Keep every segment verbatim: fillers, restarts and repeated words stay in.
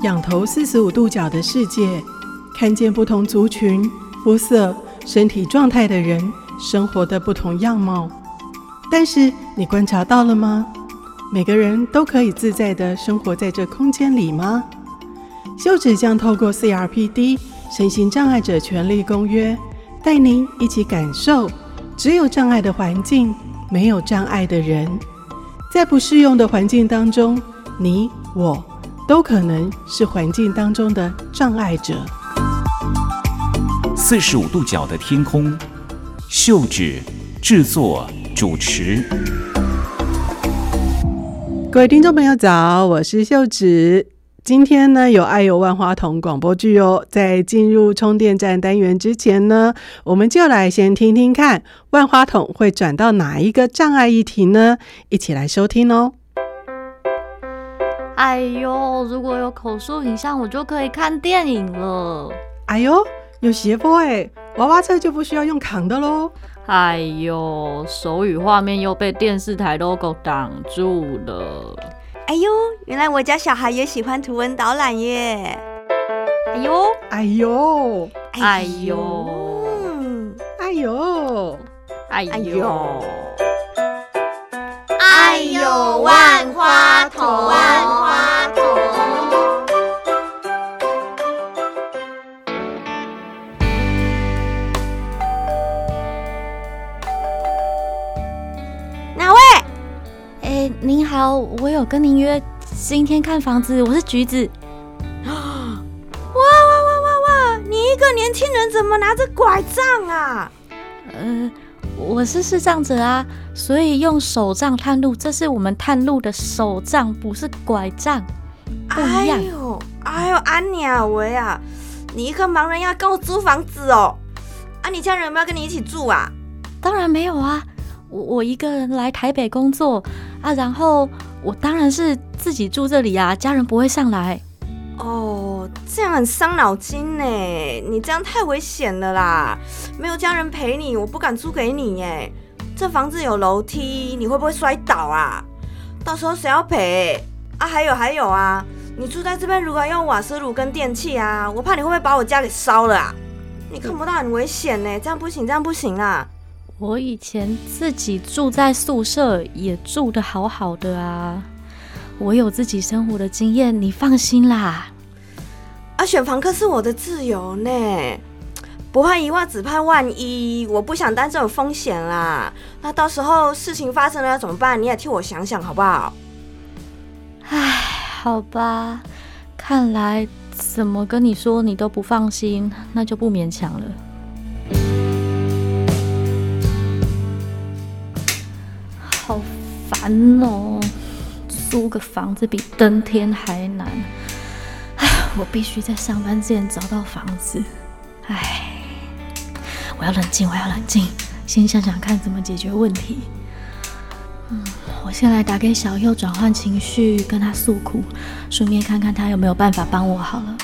仰头四十五度角的世界，看见不同族群、肤色、身体状态的人生活的不同样貌。但是你观察到了吗？每个人都可以自在地生活在这空间里吗？秀芷将透过 C R P D 身心障碍者权利公约，带您一起感受只有障碍的环境，没有障碍的人。在不适用的环境当中，你我都可能是环境当中的障碍者。 四十五度角的天空，秀芷制作主持。 各位听众朋友早，我是秀芷。今天呢，有爱有万花筒广播剧哦。在进入充电站单元之前呢，我们就来先听听看万花筒会转到哪一个障碍议题呢？一起来收听哦。 哎呦，如果有口述影像，我就可以看电影了。 哎呦，有斜坡哎，娃娃车就不需要用扛的咯。 哎呦，手语画面又被电视台 logo 挡住了。 哎呦，原来我家小孩也喜欢图文导览耶！ 哎呦， 哎呦， 哎呦， 哎呦， 哎呦， 哎呦，万花筒，万花筒。哪位？ 哎，您好，我有跟您约今天看房子，我是橘子。 哇哇哇哇哇！你一个年轻人怎么拿着拐杖啊？ 呃，我是视障者啊，所以用手杖探路，这是我们探路的手杖，不是拐杖，不一样。 哎呦，哎呦，安鸟维啊，你一个盲人要跟我租房子哦？啊，你家人有没有跟你一起住啊？ 当然没有啊。我我一个人来台北工作啊，然后我当然是自己住这里啊，家人不会上来。 哦，这样很伤脑筋呢，你这样太危险了啦！没有家人陪你，我不敢租给你耶。这房子有楼梯，你会不会摔倒啊？到时候谁要赔啊？还有还有啊，你住在这边如果要用瓦斯炉跟电器啊，我怕你会不会把我家给烧了啊？你看不到很危险呢，这样不行，这样不行啊！ 我以前自己住在宿舍也住得好好的啊，我有自己生活的经验，你放心啦。 啊，选房客是我的自由呢，不怕一万只怕万一，我不想担这种风险啦。那到时候事情发生了要怎么办？你也替我想想好不好？ 唉，好吧，看来怎么跟你说你都不放心，那就不勉强了。好烦哦，租个房子比登天还难。唉，我必须在上班之前找到房子。唉，我要冷静，我要冷静，先想想看怎么解决问题。嗯，我先来打给小佑转换情绪，跟他诉苦，顺便看看他有没有办法帮我好了。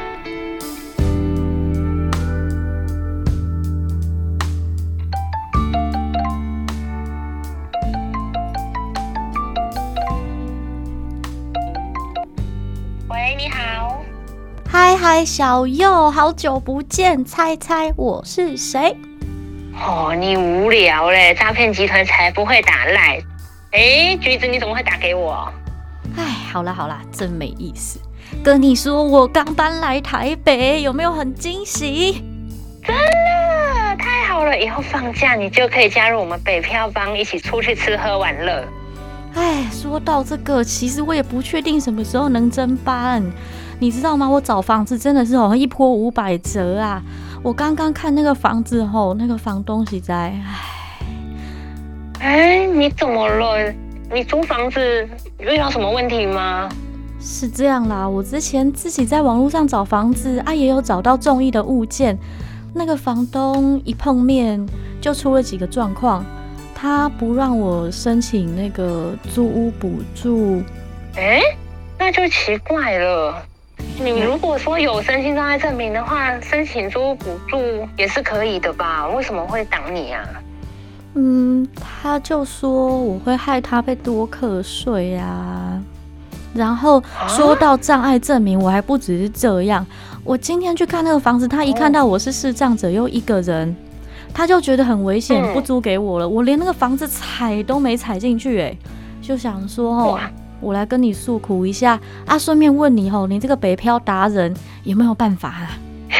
嗨嗨，小佑，好久不见，猜猜我是谁？ 哦，你无聊嘞，诈骗集团才不会打赖。哎，橘子，你怎么会打给我？ 哎，好啦好啦，真没意思。跟你说，我刚搬来台北，有没有很惊喜？ 真的，太好了！以后放假你就可以加入我们北漂帮，一起出去吃喝玩乐。 哎，说到这个，其实我也不确定什么时候能真搬。你知道吗？我找房子真的是哦一波五百折啊！我刚刚看那个房子吼，那个房东实在，唉， 哎，你怎么了？你租房子遇到什么问题吗？ 是这样啦，我之前自己在网络上找房子啊，也有找到中意的物件。那个房东一碰面就出了几个状况，他不让我申请那个租屋补助。 哎，那就奇怪了。你如果说有身心障碍证明的话，申请租屋补助也是可以的吧？为什么会挡你啊？ 嗯，他就说我会害他被多课税啊。 然后说到障碍证明，我还不只是这样，我今天去看那个房子，他一看到我是视障者又一个人，他就觉得很危险，不租给我了。我连那个房子踩都没踩进去，哎，就想说哦，我来跟你诉苦一下啊，顺便问你哦，你这个北漂达人有没有办法啊？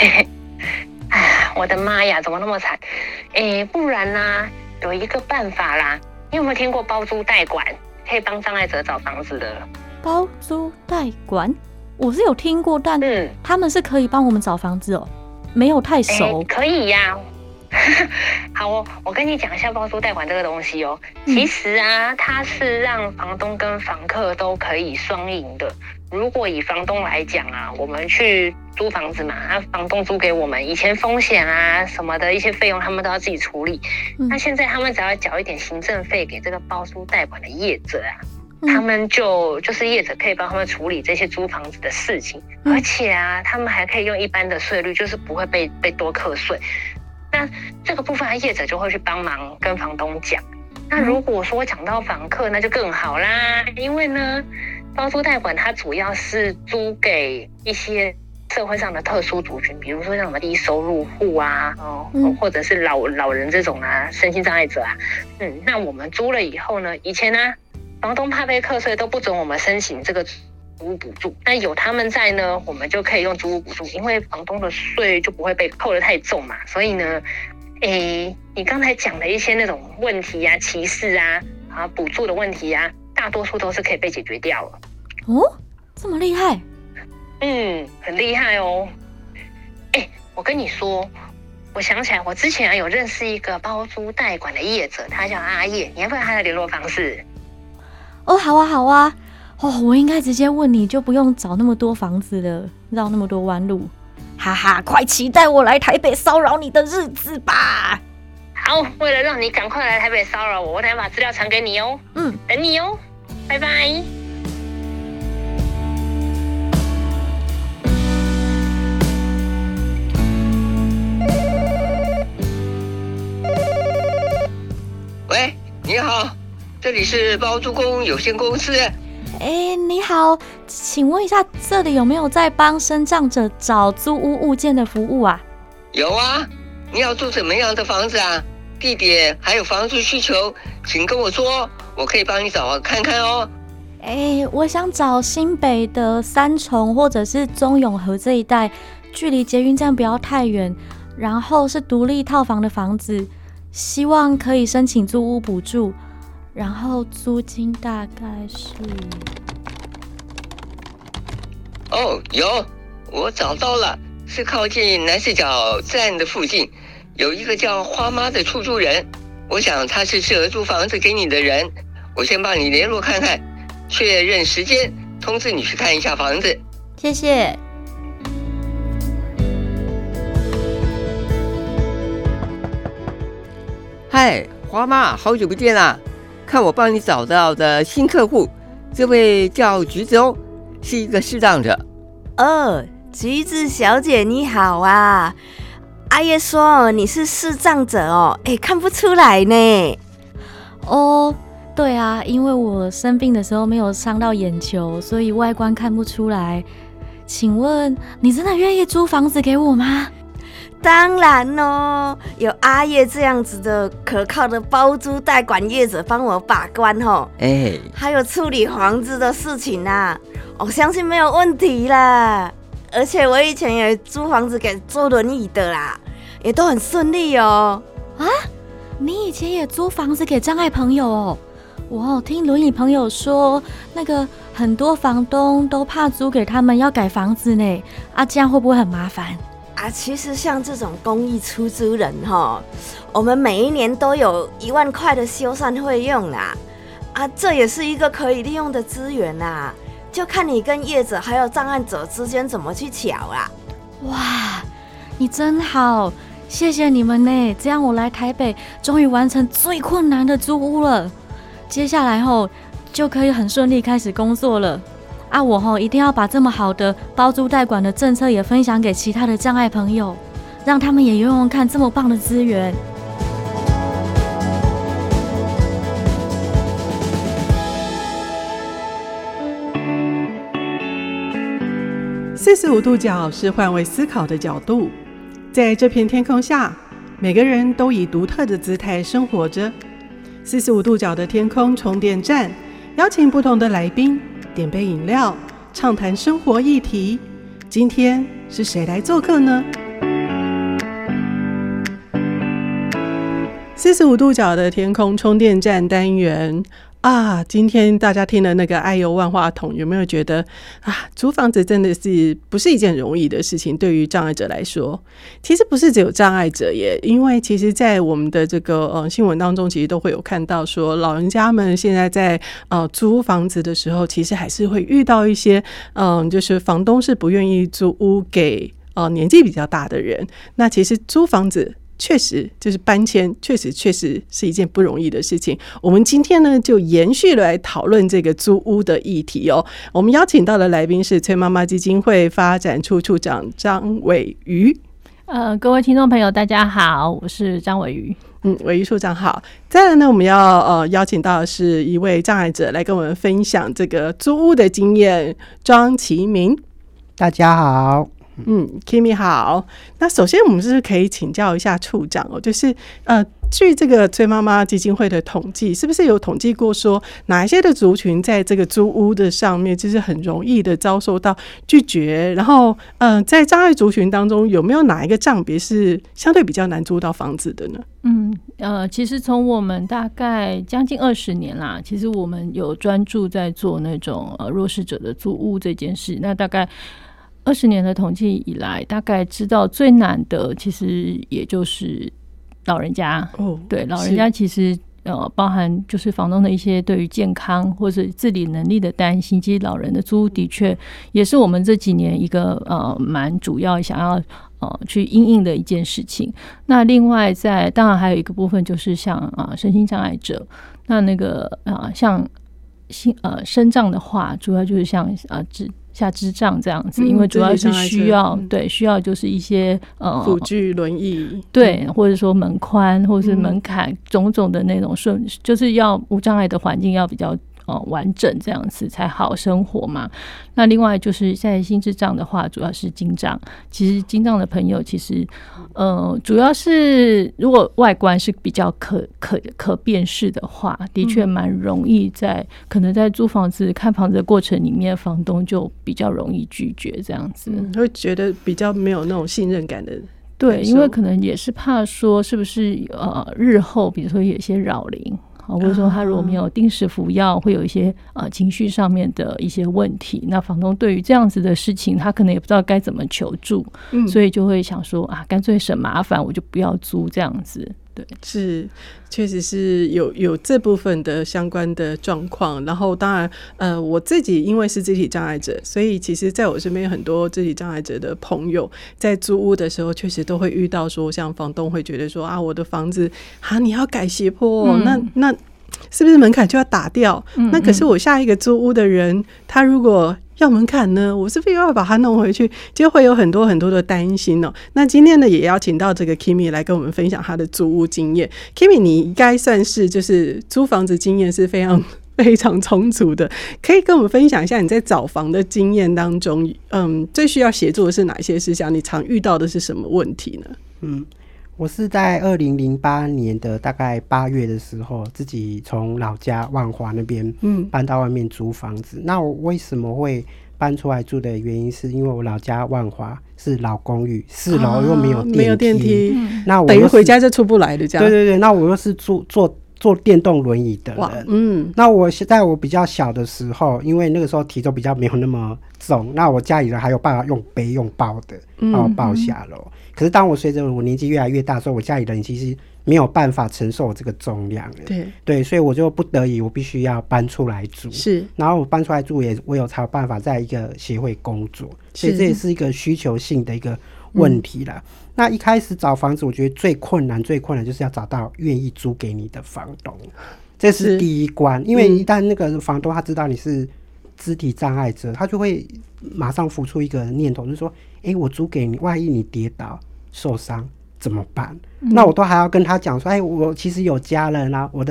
我的妈呀，怎么那么惨？哎，不然呢、啊，有一个办法啦。你有没有听过包租代管，可以帮障碍者找房子的？ 包租代管，我是有听过，但他们是可以帮我们找房子哦，没有太熟。 可以呀、啊。好哦，我跟你讲一下包租代管这个东西哦。其实啊，它是让房东跟房客都可以双赢的。如果以房东来讲啊，我们去租房子嘛，啊，房东租给我们，以前风险啊什么的一些费用，他们都要自己处理。嗯、那现在他们只要缴一点行政费给这个包租代管的业者啊，嗯、他们就就是业者可以帮他们处理这些租房子的事情，嗯、而且啊，他们还可以用一般的税率，就是不会被被多课税。那这个部分，业者就会去帮忙跟房东讲。那如果说讲到房客，那就更好啦，因为呢，包租代管它主要是租给一些社会上的特殊族群，比如说像什么低收入户啊，哦，嗯、或者是老老人这种啊，身心障碍者啊，嗯，那我们租了以后呢，以前呢、啊，房东怕被课税，都不准我们申请这个租屋补助。那有他们在呢，我们就可以用租屋补助，因为房东的税就不会被扣得太重嘛，所以呢。诶，你刚才讲的一些那种问题啊、歧视啊、啊补助的问题啊，大多数都是可以被解决掉了。 哦，这么厉害？ 嗯，很厉害哦。诶，我跟你说，我想起来，我之前啊有认识一个包租代管的业者，他叫阿叶，你要不要他的联络方式？ 哦，好啊，好啊。哦，我应该直接问你，就不用找那么多房子了，绕那么多弯路。哈哈，快期待我来台北骚扰你的日子吧！ 好，为了让你赶快来台北骚扰我，我等下把资料传给你哦。嗯，等你哦，拜拜。 喂，你好，这里是包租公有限公司。 哎，你好，请问一下，这里有没有在帮身障者找租屋物件的服务啊？ 有啊，你要住什么样的房子啊？地点还有房租需求，请跟我说，我可以帮你找看看哦。 哎，我想找新北的三重或者是中永和这一带，距离捷运站不要太远，然后是独立套房的房子，希望可以申请租屋补助。然后租金大概是…… 哦，有，我找到了，是靠近南势角站的附近，有一个叫花妈的出租人，我想他是适合租房子给你的人，我先帮你联络看看，确认时间，通知你去看一下房子。 谢谢。 嗨，花妈，好久不见啦！看我帮你找到的新客户，这位叫橘子哦，是一个视障者。 哦，橘子小姐你好啊！阿叶说你是视障者哦，哎，看不出来呢。 哦，对啊，因为我生病的时候没有伤到眼球，所以外观看不出来。请问你真的愿意租房子给我吗？ 当然哦，有阿叶这样子的可靠的包租代管业者帮我把关哦，哎，还有处理房子的事情啊，我相信没有问题啦。而且我以前也租房子给坐轮椅的啦，也都很顺利哦。 啊，你以前也租房子给障碍朋友哦？我听轮椅朋友说，那个很多房东都怕租给他们要改房子呢，啊，这样会不会很麻烦？ 啊，其实像这种公益出租人哈，我们每一年都有一万块的修缮费用啦，啊，这也是一个可以利用的资源啦，就看你跟业者还有障碍者之间怎么去瞧啦。 哇，你真好，谢谢你们呢，这样我来台北终于完成最困难的租屋了，接下来后就可以很顺利开始工作了。啊，我吼一定要把这么好的包租代管的政策也分享给其他的障碍朋友，让他们也用用看这么棒的资源。 四十五度角是换位思考的角度，在这片天空下，每个人都以独特的姿态生活着。四十五度角的天空充电站，邀请不同的来宾，点杯饮料，畅谈生活议题。今天是谁来做客呢？四十五度角的天空充电站单元啊，今天大家听了那个爱忧万话筒，有没有觉得啊，租房子真的是不是一件容易的事情？对于障碍者来说，其实不是只有障碍者耶，因为其实在我们的这个呃新闻当中，其实都会有看到说，老人家们现在在呃租房子的时候，其实还是会遇到一些嗯、呃，就是房东是不愿意租屋给呃年纪比较大的人。那其实租房子确实就是搬迁，确实确实是一件不容易的事情。我们今天呢，就延续来讨论这个租屋的议题哦。我们邀请到的来宾是崔妈妈基金会发展处处长张伟瑜。 呃，各位听众朋友，大家好，我是张伟瑜。 嗯，伟瑜处长好。再来呢，我们要呃邀请到的是一位障碍者来跟我们分享这个租屋的经验，庄其明。 大家好。 嗯 Kimi 好。那首先我们是不是可以请教一下处长哦，就是呃，据这个崔妈妈基金会的统计，是不是有统计过说哪一些的族群在这个租屋的上面就是很容易的遭受到拒绝？然后呃，在障碍族群当中，有没有哪一个障别是相对比较难租到房子的呢？ 嗯，呃，其实从我们大概将近二十年啦，其实我们有专注在做那种呃弱势者的租屋这件事。那大概二十年的统计以来，大概知道最难的其实也就是老人家。哦，对，老人家其实呃包含就是房东的一些对于健康或者自理能力的担心。其实老人的租屋的确也是我们这几年一个呃蛮主要想要呃去因应的一件事情。那另外在当然还有一个部分就是像啊、呃、身心障碍者，那那个啊、呃、像心呃身障的话，主要就是像啊智。呃下肢障这样子，因为主要是需要、嗯、对需要就是一些呃辅具轮椅， 对，或者说门宽或者是门槛、嗯、种种的那种顺，就是要无障碍的环境要比较呃完整，这样子才好生活嘛。那另外就是在心智障的话，主要是精障。其实精障的朋友其实呃主要是如果外观是比较可可可辨识的话，的确蛮容易在、嗯、可能在租房子看房子的过程里面，房东就比较容易拒绝这样子、嗯、 会觉得比较没有那种信任感的。 对，因为可能也是怕说是不是呃日后比如说有一些扰龄，或者说他如果没有定时服药，会有一些呃情绪上面的一些问题。那房东对于这样子的事情，他可能也不知道该怎么求助、嗯、所以就会想说啊，干脆省麻烦，我就不要租这样子。对， 是，确实是有有这部分的相关的状况。然后当然呃，我自己因为是肢体障碍者，所以其实在我身边有很多肢体障碍者的朋友，在租屋的时候确实都会遇到说，像房东会觉得说啊，我的房子啊你要改斜坡、哦嗯、那那是不是门槛就要打掉、嗯嗯、那可是我下一个租屋的人，他如果要门槛呢，我是不是又要把它弄回去，就会有很多很多的担心哦。那今天呢，也邀请到这个 Kimi 来跟我们分享他的租屋经验。 Kimi 你应该算是就是租房子经验是非常非常充足的，可以跟我们分享一下你在找房的经验当中，嗯，最需要协助的是哪些事项？你常遇到的是什么问题呢？ 嗯，我是在二零零八年的大概八月的时候，自己从老家万华那边搬到外面租房子、嗯、那我为什么会搬出来住的原因是因为我老家万华是老公寓，四楼又没有电梯、啊、没有电梯、嗯、那我等于回家就出不来的这样。 对对对，那我又是坐坐坐电动轮椅的人，嗯，那我在我比较小的时候，因为那个时候体重比较没有那么重，那我家里人还有办法用背用抱的把我抱下楼、嗯、可是当我随着我年纪越来越大的时候，我家里人其实没有办法承受我这个重量了，对对，所以我就不得已我必须要搬出来住，是，然后我搬出来住也我有才有办法在一个协会工作，所以这也是一个需求性的一个问题啦、嗯、那一开始找房子我觉得最困难最困难就是要找到愿意租给你的房东，这是第一关，因为一旦那个房东他知道你是肢体障碍者，他就会马上浮出一个念头，就是说哎，我租给你，万一你跌倒受伤怎么办、嗯、那我都还要跟他讲说哎，我其实有家人啊，我的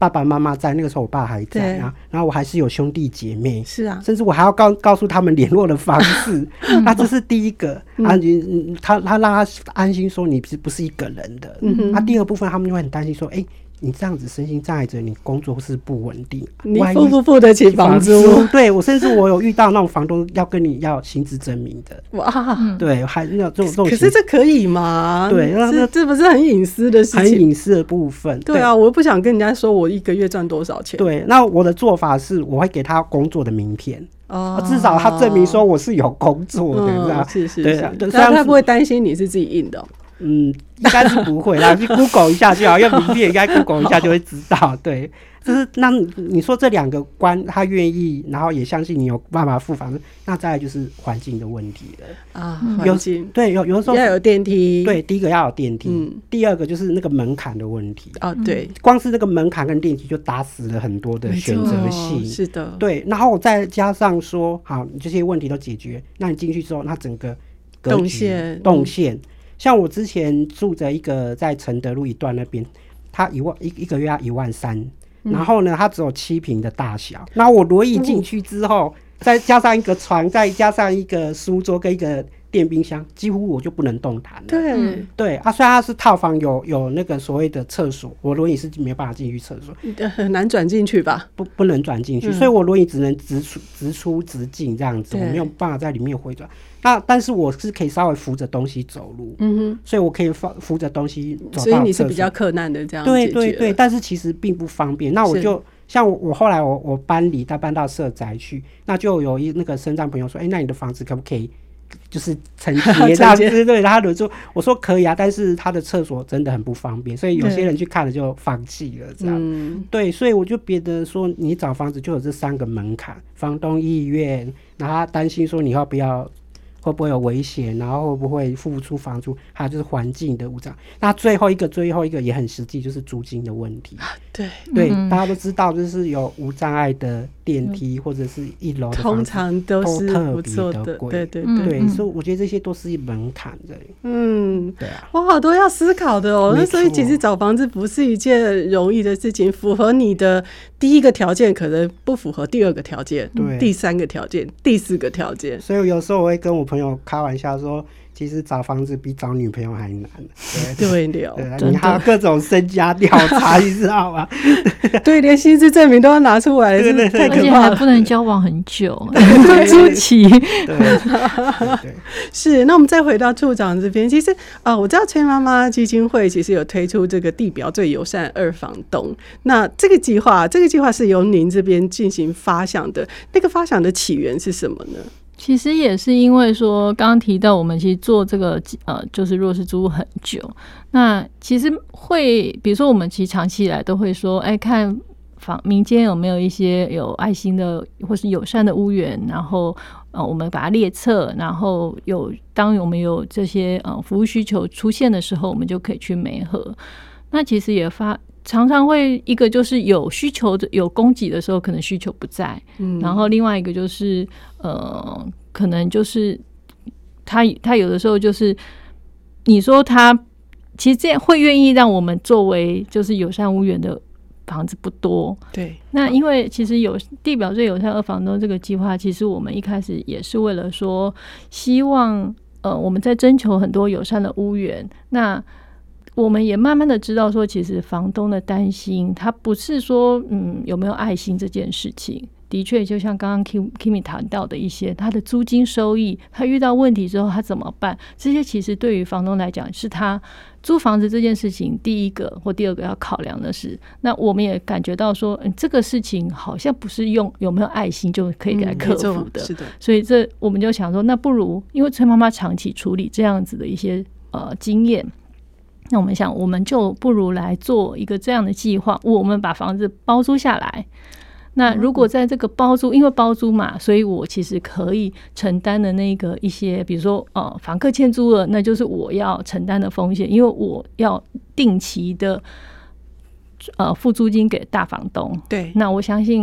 爸爸妈妈在，那个时候我爸还在啊，然后我还是有兄弟姐妹， 是啊， 甚至我还要告告诉他们联络的方式。那这是第一个，嗯、啊，你他他让他安心说你不是一个人的。嗯哼，啊，第二部分他们就会很担心说，哎、欸。你这样子身心障碍者，你工作是不稳定， 你付不付得起房租？ 对，我甚至我有遇到那种房东要跟你要薪资证明的， 哇， 对，还那这种这种， 可是这可以吗？ 对， 这这不是很隐私的事情， 很隐私的部分。 对啊，我又不想跟人家说我一个月赚多少钱。 对，那我的做法是，我会给他工作的名片。哦，至少他证明说我是有工作的， 嗯、 这样是是是， 对， 对，他他不会担心你是自己印的、哦。 嗯，应该是不会啦，去 Google 一下就好，因为名片应该 Google 一下就会知道。对，就是那你说这两个关，他愿意，然后也相信你有办法付房子，那再来就是环境的问题了啊。环境对，有有的时候要有电梯， 对，第一个要有电梯，嗯、第二个就是那个门槛的问题啊。对， 光是那个门槛跟电梯就打死了很多的选择性。 是的， 对，然后再加上说，好，你这些问题都解决，那你进去之后，那整个动线动线。嗯，像我之前住着一个在承德路一段那边，他一万一一个月要一万三，然后呢，它只有七坪的大小。然后我轮椅进去之后，嗯、再加上一个床，再加上一个书桌跟一个电冰箱，几乎我就不能动弹了。 对、 嗯、对啊，虽然它是套房有有那个所谓的厕所，我轮椅是没办法进去厕所， 很难转进去吧？ 不不能转进去，嗯、所以我轮椅只能直出直出直进这样子，我没有办法在里面回转。那但是我是可以稍微扶着东西走路，嗯哼，所以我可以扶着东西走到厕所。 所以你是比较克难的这样解决。 对对对，但是其实并不方便。那我就像我我后来我我搬离，他搬到社宅去，那就有一那个身障朋友说，哎、欸，那你的房子可不可以就是承接这样子？对，他轮说我说可以啊，但是他的厕所真的很不方便，所以有些人去看了就放弃了这样。嗯、对，所以我就觉得说，你找房子就有这三个门槛：房东意愿，然后他担心说你要不要。会不会有危险，然后会不会付不出房租，还有就是环境的无障。那最后一个最后一个也很实际，就是租金的问题。 对对、嗯、大家都知道，就是有无障碍的电梯、嗯、或者是一楼的房子通常都是特别的贵。 对对对对、嗯、所以我觉得这些都是门槛的。嗯，对啊， 哇，好多要思考的哦。那所以其实找房子不是一件容易的事情，符合你的第一个条件可能不符合第二个条件，对，第三个条件，第四个条件。 所以有时候我会跟我朋友开玩笑说，其实找房子比找女朋友还难。 对对了， 对，你还有各种身家调查，你知道吗？ 对，连薪资证明都要拿出来， 对对对， 太可怕了， 而且还不能交往很久，租期。 对对对， 是。那我们再回到处长这边，其实啊、呃，我知道崔妈妈基金会其实有推出这个地表最友善二房东。那这个计划，这个计划是由您这边进行发想的，那个发想的起源是什么呢？ 其实也是因为说，刚刚提到我们其实做这个呃，就是弱势租屋很久。那其实会，比如说我们其实长期以来都会说，哎，看房民间有没有一些有爱心的或是友善的屋源，然后呃，我们把它列册，然后有当我们有这些呃服务需求出现的时候，我们就可以去媒合。那其实也发。常常会一个就是有需求的有供给的时候，可能需求不在，嗯，然后另外一个就是呃，可能就是他他有的时候就是你说他其实这样会愿意让我们作为就是友善屋源的房子不多， 对。 那因为其实有地表最友善二房东这个计划，其实我们一开始也是为了说，希望呃我们在征求很多友善的屋源，那。我们也慢慢的知道说，其实房东的担心，他不是说嗯有没有爱心这件事情。的确，就像刚刚 Kimi 谈到的一些，他的租金收益，他遇到问题之后他怎么办？这些其实对于房东来讲，是他租房子这件事情第一个或第二个要考量的事。那我们也感觉到说，嗯，这个事情好像不是用有没有爱心就可以给他克服的。 嗯、是的， 所以这我们就想说，那不如因为崔妈妈长期处理这样子的一些呃经验。那我们想，我们就不如来做一个这样的计划，我们把房子包租下来。那如果在这个包租，因为包租嘛，所以我其实可以承担的那个一些，比如说呃，房客欠租了，那就是我要承担的风险，因为我要定期的呃付租金给大房东。 对， 那我相信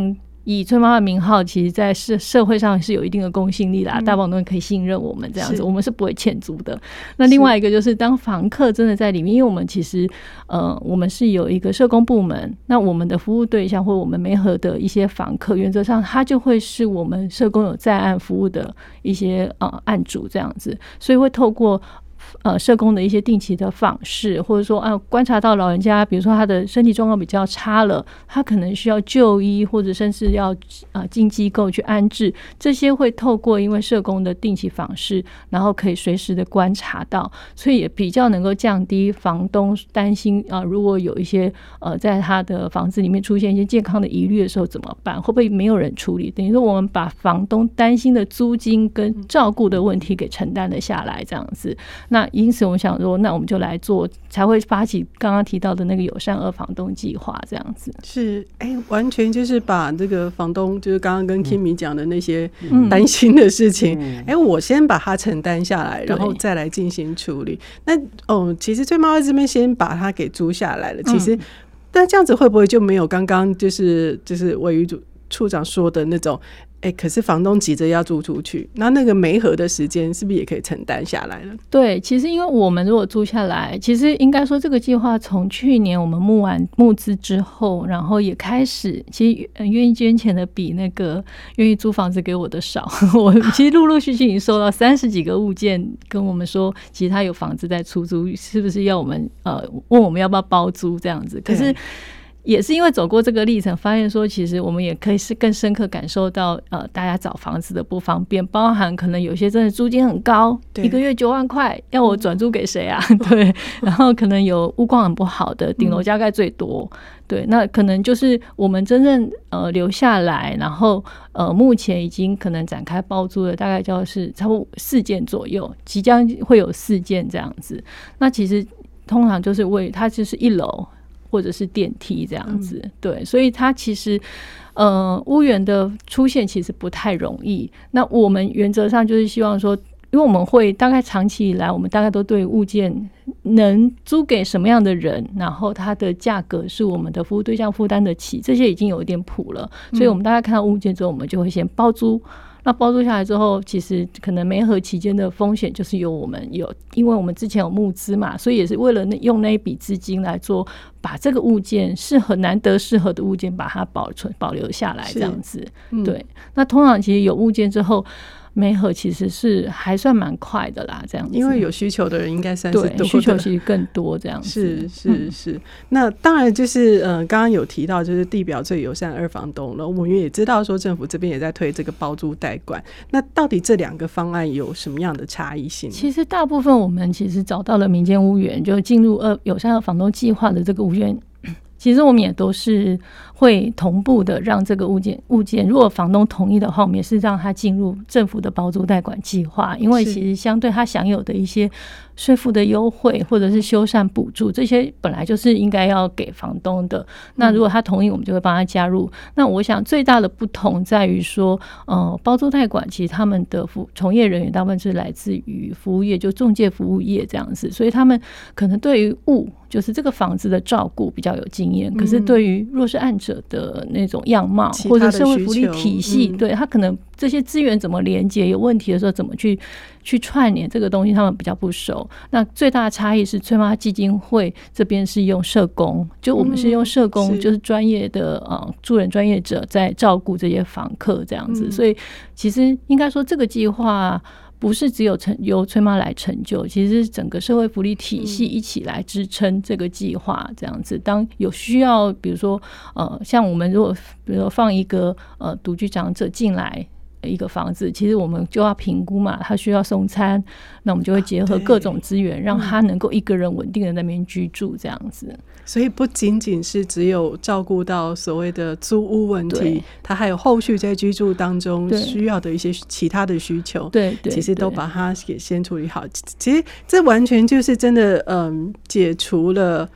以崔妈妈名号，其实在社社会上是有一定的公信力啦，嗯、大房东可以信任我们这样子，我们是不会欠租的。那另外一个就是当房客真的在里面，因为我们其实呃我们是有一个社工部门，那我们的服务对象或我们媒合的一些房客，原则上他就会是我们社工有在案服务的一些呃案主这样子，所以会透过呃，社工的一些定期的访视，或者说啊，观察到老人家，比如说他的身体状况比较差了，他可能需要就医，或者甚至要啊进机构去安置，这些会透过因为社工的定期访视，然后可以随时的观察到，所以也比较能够降低房东担心啊，如果有一些呃在他的房子里面出现一些健康的疑虑的时候怎么办？会不会没有人处理？等于说我们把房东担心的租金跟照顾的问题给承担了下来，这样子。那因此我们想说，那我们就来做，才会发起刚刚提到的那个友善二房东计划这样子。 是，哎、欸，完全就是把这个房东，就是刚刚跟 Kimmy 讲的那些担心的事情，哎、嗯欸，我先把它承担下来，然后再来进行处理。那哦，其实崔妈妈这边先把它给租下来了，其实，嗯、但这样子会不会就没有刚刚就是就是委员处处长说的那种？哎、欸，可是房东急着要租出去，那那个媒合的时间是不是也可以承担下来了？ 对，其实因为我们如果租下来，其实应该说这个计划从去年我们募完募资之后，然后也开始，其实愿意捐钱的比那个愿意租房子给我的少。我其实陆陆续续已经收到三十几个物件跟我们说，其实他有房子在出租，是不是要我们呃问我们要不要包租这样子？可是。也是因为走过这个历程，发现说其实我们也可以是更深刻感受到呃大家找房子的不方便，包含可能有些真的租金很高，一个月九万块，要我转租给谁啊？对，然后可能有屋况很不好的，顶楼加盖最多，对，那可能就是我们真正呃留下来，然后呃目前已经可能展开包租的大概就是差不多四件左右，即将会有四件这样子。那其实通常就是为它就是一楼。或者是电梯这样子，嗯、对，所以它其实，呃，屋源的出现其实不太容易。那我们原则上就是希望说，因为我们会大概长期以来，我们大概都对物件能租给什么样的人，然后它的价格是我们的服务对象负担得起，这些已经有一点谱了。所以我们大概看到物件之后，我们就会先包租。那包租下来之后，其实可能媒合期间的风险就是由我们有，因为我们之前有募资嘛，所以也是为了用那一笔资金来做，把这个物件适合难得适合的物件把它保存保留下来这样子。嗯、对，那通常其实有物件之后。媒合其实是还算蛮快的啦，这样子， 因为有需求的人应该算是多的， 对，需求其实更多这样子。 是是是、嗯，那当然就是呃，刚刚有提到就是地表最友善二房东了，我们也知道说政府这边也在推这个包租代管，那到底这两个方案有什么样的差异性？ 其实大部分我们其实找到了民间屋源，就进入二友善二房东计划的这个屋源。其实我们也都是会同步的让这个物件物件，如果房东同意的话，我们也是让他进入政府的包租代管计划，因为其实相对他享有的一些税负的优惠或者是修缮补助，这些本来就是应该要给房东的。那如果他同意，我们就会帮他加入。那我想最大的不同在于说，呃，包租代管其实他们的服从业人员大部分是来自于服务业，就仲介服务业这样子，所以他们可能对于物就是这个房子的照顾比较有经验，可是对于弱势案者的那种样貌或者社会福利体系，对他可能这些资源怎么连接，有问题的时候怎么去去串联这个东西，他们比较不熟。那最大的差异是崔妈基金会这边是用社工，就我们是用社工，嗯、就是专业的呃助人专业者在照顾这些房客这样子，嗯、所以其实应该说这个计划。不是只有由崔妈来成就，其实是整个社会福利体系一起来支撑这个计划这样子。当有需要，比如说呃，像我们如果比如说放一个呃独居长者进来一个房子，其实我们就要评估嘛，他需要送餐，那我们就会结合各种资源，让他能够一个人稳定的在那边居住这样子。 所以不仅仅是只有照顾到所谓的租屋问题，他还有后续在居住当中需要的一些其他的需求， 对对， 其实都把它给先处理好。其实这完全就是真的，嗯，解除了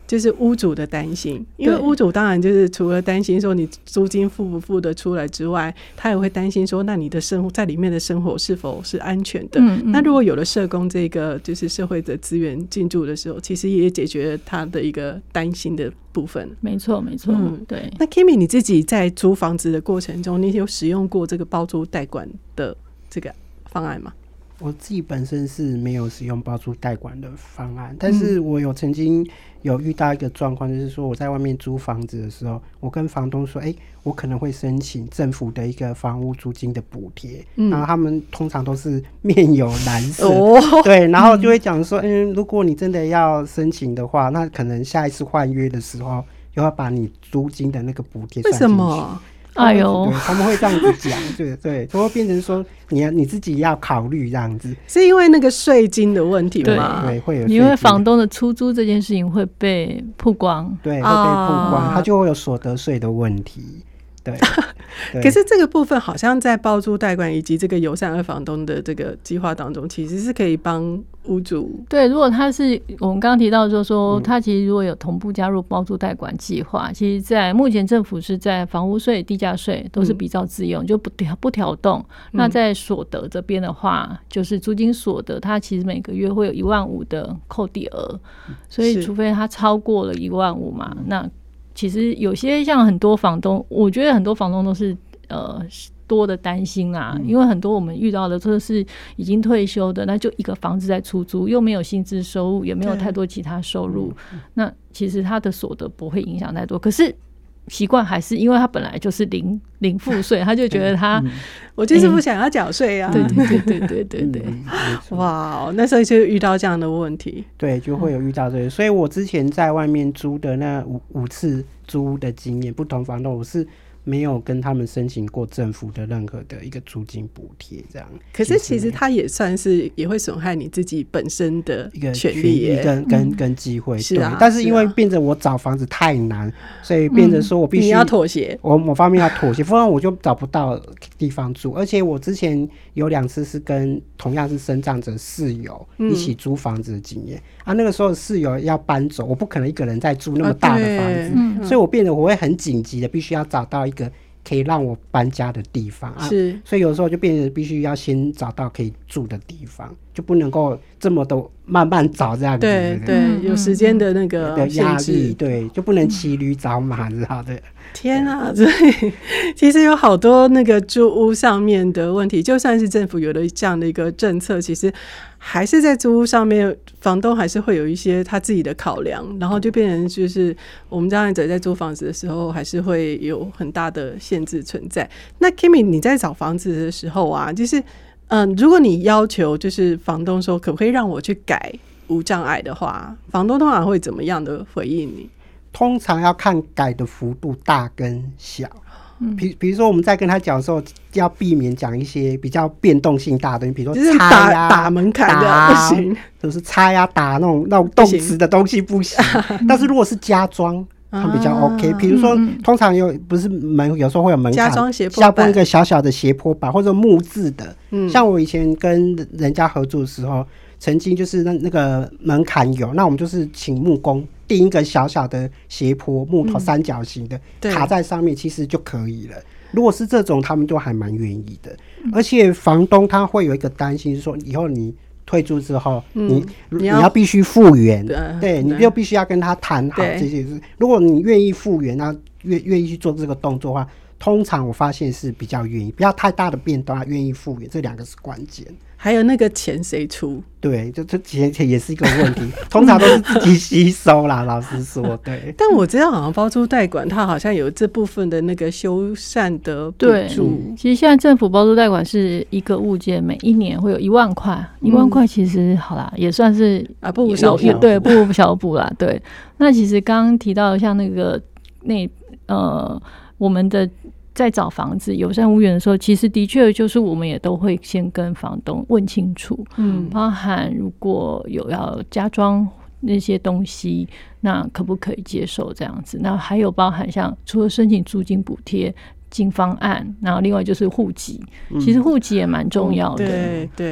就是屋主的担心，因为屋主当然就是除了担心说你租金付不付得出来之外，他也会担心说那你的生活在里面的生活是否是安全的。嗯嗯，那如果有了社工这个就是社会的资源进驻的时候，其实也解决了他的一个担心的部分。 没错没错、嗯、对。 那 Kimmy 你自己在租房子的过程中，你有使用过这个包租代管的这个方案吗？ 我自己本身是没有使用包租代管的方案，但是我有曾经有遇到一个状况，就是说我在外面租房子的时候，我跟房东说，哎、欸，我可能会申请政府的一个房屋租金的补贴、嗯，然后他们通常都是面有难色、哦，对，然后就会讲说，嗯，如果你真的要申请的话，那可能下一次换约的时候又要把你租金的那个补贴算进去。为什么？ 哎呦， 他们会这样子讲，对对，就会变成说你你自己要考虑这样子， 是因为那个税金的问题吗？ 对，会有， 因为房东的出租这件事情会被曝光， 对，会被曝光，他、啊、就会有所得税的问题。对， 对可是这个部分好像在包租代管以及这个友善二房东的这个计划当中，其实是可以帮屋主。 对，如果他是我们刚刚提到就是说，他其实如果有同步加入包租代管计划，其实在目前政府是在房屋税、地价税都是比照自用，嗯、就不调不调动。那在所得这边的话，就是租金所得，它其实每个月会有一万五的扣抵额，所以除非它超过了一万五嘛，那。其实有些像很多房东，我觉得很多房东都是呃多的担心啊、嗯，因为很多我们遇到的都是已经退休的，那就一个房子在出租，又没有薪资收入，也没有太多其他收入，那其实他的所得不会影响太多，可是。习惯还是因为他本来就是零零赋税，他就觉得他、嗯、 我就是不想要缴税啊。 对对对对对对对， 嗯、哇，那时候就遇到这样的问题， 对，就会有遇到这个。所以我之前在外面租的那五五次租的经验，不同房东我是没有跟他们申请过政府的任何的一个租金补贴，这样。 可是其实它也算是也会损害你自己本身的一个权利跟跟、嗯、跟机会，是啊。但是因为变成我找房子太难，啊、所以变成说我必须、 嗯、你要妥协， 我某方面要妥协，不然我就找不到地方住。而且我之前有两次是跟同样是身障者室友一起租房子的经验、嗯、啊，那个时候室友要搬走，我不可能一个人再住那么大的房子，啊嗯、所以我变得我会很紧急的必须要找到一个可以让我搬家的地方，是、啊，所以有时候就变成必须要先找到可以住的地方，就不能够这么的慢慢找这样子， 对 对, 对、嗯，有时间的那个的压力，对，就不能骑驴找马，知道的。 天啊，所以其实有好多那个租屋上面的问题，就算是政府有了这样的一个政策，其实还是在租屋上面，房东还是会有一些他自己的考量，然后就变成就是我们这样子在租房子的时候，还是会有很大的限制存在。那 Kimmy 你在找房子的时候啊，就是嗯，如果你要求就是房东说可不可以让我去改无障碍的话，房东通常会怎么样的回应你？ 通常要看改的幅度大跟小，比比如说我们在跟他讲的时候，要避免讲一些比较变动性大的东西，比如说拆呀、 打门槛的不行， 就是拆呀、打那种那种动词的东西不行。但是如果是加装，它比较 OK。比如说，通常有不是门，有时候会有门槛， 加装斜坡板，加一个小小的斜坡板或者木质的。嗯，像我以前跟人家合作的时候，曾经就是那那个门槛有，那我们就是请木工钉一个小小的斜坡木头三角形的、嗯、卡在上面，其实就可以了。如果是这种，他们都还蛮愿意的。嗯、而且房东他会有一个担心，是说以后你退租之后，嗯、你你要, 你要必须复原，对，对你就必须要跟他谈好这些事。如果你愿意复原，那愿愿意去做这个动作的话，通常我发现是比较愿意，不要太大的变动，愿意复原，这两个是关键。 还有那个钱谁出？ 对，就这钱钱也是一个问题，通常都是自己吸收啦。老实说，对。 但我知道好像包租代管，它好像有这部分的那个修缮的补助。 嗯、其实现在政府包租代管是一个物件，每一年会有一万块，一、嗯、万块其实好啦，也算是啊不无小补， 对，不无小补啦。对，那其实刚刚提到像那个那呃我们的。在找房子友善屋源的时候，其实的确就是我们也都会先跟房东问清楚，嗯，包含如果有要加装那些东西，那可不可以接受这样子？那还有包含像除了申请租金补贴进方案，然后另外就是户籍，嗯、其实户籍也蛮重要的， 对对。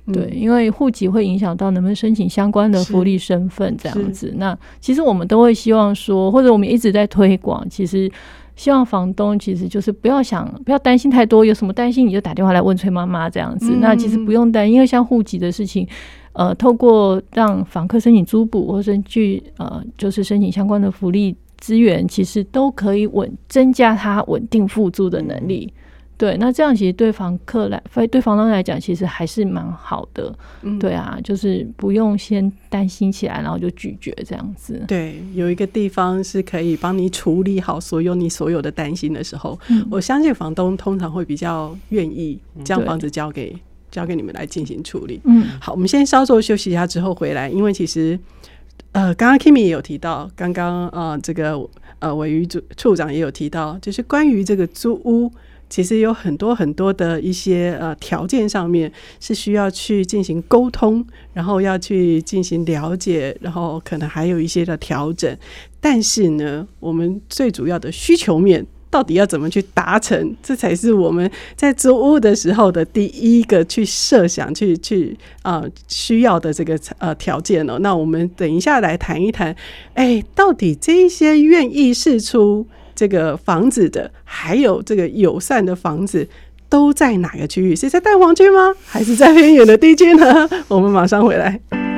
对，因为户籍会影响到能不能申请相关的福利身份这样子。那其实我们都会希望说，或者我们一直在推广，其实希望房东其实就是不要想不要担心太多，有什么担心你就打电话来问崔妈妈这样子、嗯、那其实不用担，因为像户籍的事情呃，透过让房客申请租补或者去呃，就是申请相关的福利资源，其实都可以稳增加他稳定付租的能力、嗯，对，那这样其实对房客来对房东来讲其实还是蛮好的、嗯、对啊，就是不用先担心起来然后就拒绝这样子。 对，有一个地方是可以帮你处理好所有你所有的担心的时候、嗯、我相信房东通常会比较愿意将房子交给交给你们来进行处理。嗯，好，我们先稍作休息一下之后回来，因为其实呃，刚刚 Kimi 也有提到，刚刚呃这个呃委余处长也有提到，就是关于这个租屋其实有很多很多的一些呃条件上面是需要去进行沟通，然后要去进行了解，然后可能还有一些的调整。但是呢，我们最主要的需求面到底要怎么去达成，这才是我们在租屋的时候的第一个去设想去去呃需要的这个呃条件哦。那我们等一下来谈一谈，哎，到底这一些愿意释出这个房子的，还有这个友善的房子都在哪个区域？是在蛋黄区吗？还是在偏远的地区呢？我们马上回来。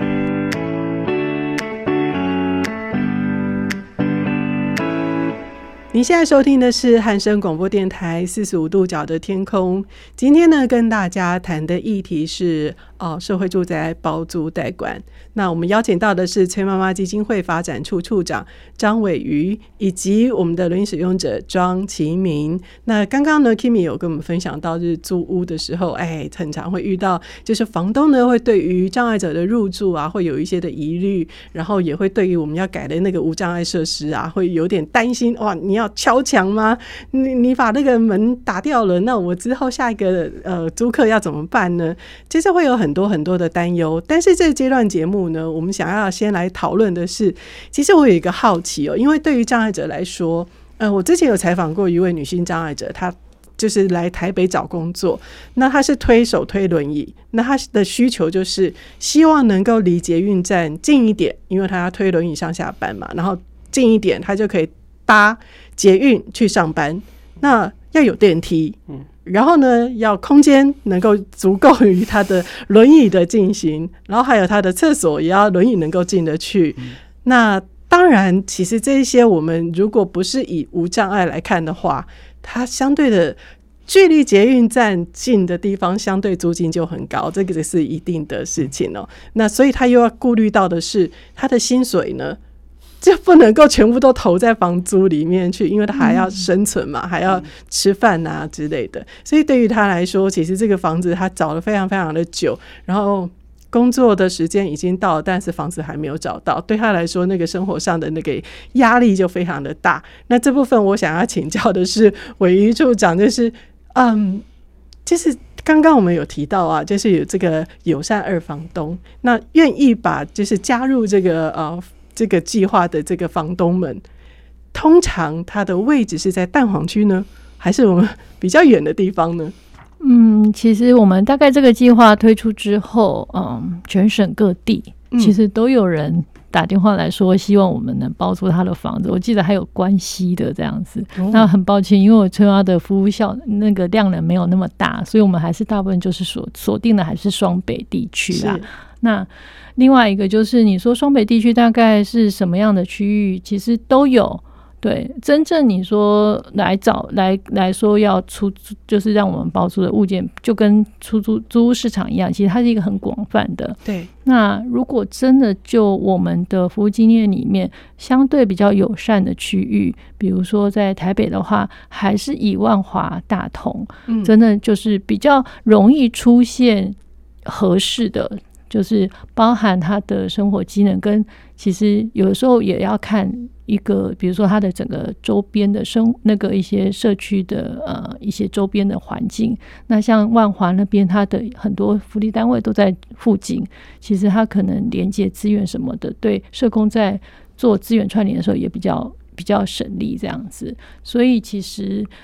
您现在收听的是汉声广播电台四十五度角的天空。今天呢，跟大家谈的议题是哦，社会住宅包租代管。那我们邀请到的是崔妈妈基金会发展处处长张伟瑜，以及我们的轮椅使用者庄其明。那刚刚呢 Kimi 有跟我们分享到，就是租屋的时候，哎，很常会遇到，就是房东呢会对于障碍者的入住啊，会有一些的疑虑，然后也会对于我们要改的那个无障碍设施啊，会有点担心。哇，你要敲墙吗？你你把那个门打掉了，那我之后下一个呃租客要怎么办呢？其实会有很多很多的担忧。但是这个阶段节目呢，我们想要先来讨论的是，其实我有一个好奇哦，因为对于障碍者来说，呃，我之前有采访过一位女性障碍者，她就是来台北找工作，那她是推手推轮椅，那她的需求就是希望能够离捷运站近一点，因为她要推轮椅上下班嘛，然后近一点她就可以搭捷运去上班，那要有电梯，嗯，然后呢，要空间能够足够于他的轮椅的进行，然后还有他的厕所也要轮椅能够进得去。嗯、那当然，其实这些我们如果不是以无障碍来看的话，它相对的距离捷运站近的地方，相对租金就很高，这个是一定的事情哦。那所以他又要顾虑到的是，他的薪水呢，就不能够全部都投在房租里面去，因为他还要生存嘛，嗯、还要吃饭啊之类的。所以对于他来说，其实这个房子他找了非常非常的久，然后工作的时间已经到了，但是房子还没有找到，对他来说那个生活上的那个压力就非常的大。那这部分我想要请教的是伟瑜处长，就是嗯，就是刚刚我们有提到啊，就是有这个友善二房东，那愿意把就是加入这个呃这个计划的这个房东们，通常他的位置是在蛋黄区呢，还是我们比较远的地方呢？ 嗯，其实我们大概这个计划推出之后，嗯，全省各地其实都有人打电话来说，希望我们能包租他的房子。我记得还有关西的这样子。哦、那很抱歉，因为我崔妈的服务效那个量能没有那么大，所以我们还是大部分就是锁锁定的还是双北地区啦。那另外一个就是你说双北地区大概是什么样的区域，其实都有。对，真正你说来找来来说要出租，就是让我们包租的物件，就跟出租租屋市场一样，其实它是一个很广泛的。对，那如果真的就我们的服务经验里面，相对比较友善的区域，比如说在台北的话，还是以万华、大同，嗯，真的就是比较容易出现合适的。就是包含他的生活机能，跟其实有的时候也要看一个，比如说他的整个周边的生那个一些社区的呃一些周边的环境。那像万华那边，它的很多福利单位都在附近，其实它可能连接资源什么的，对社工在做资源串联的时候也比较比较省力这样子。所以其实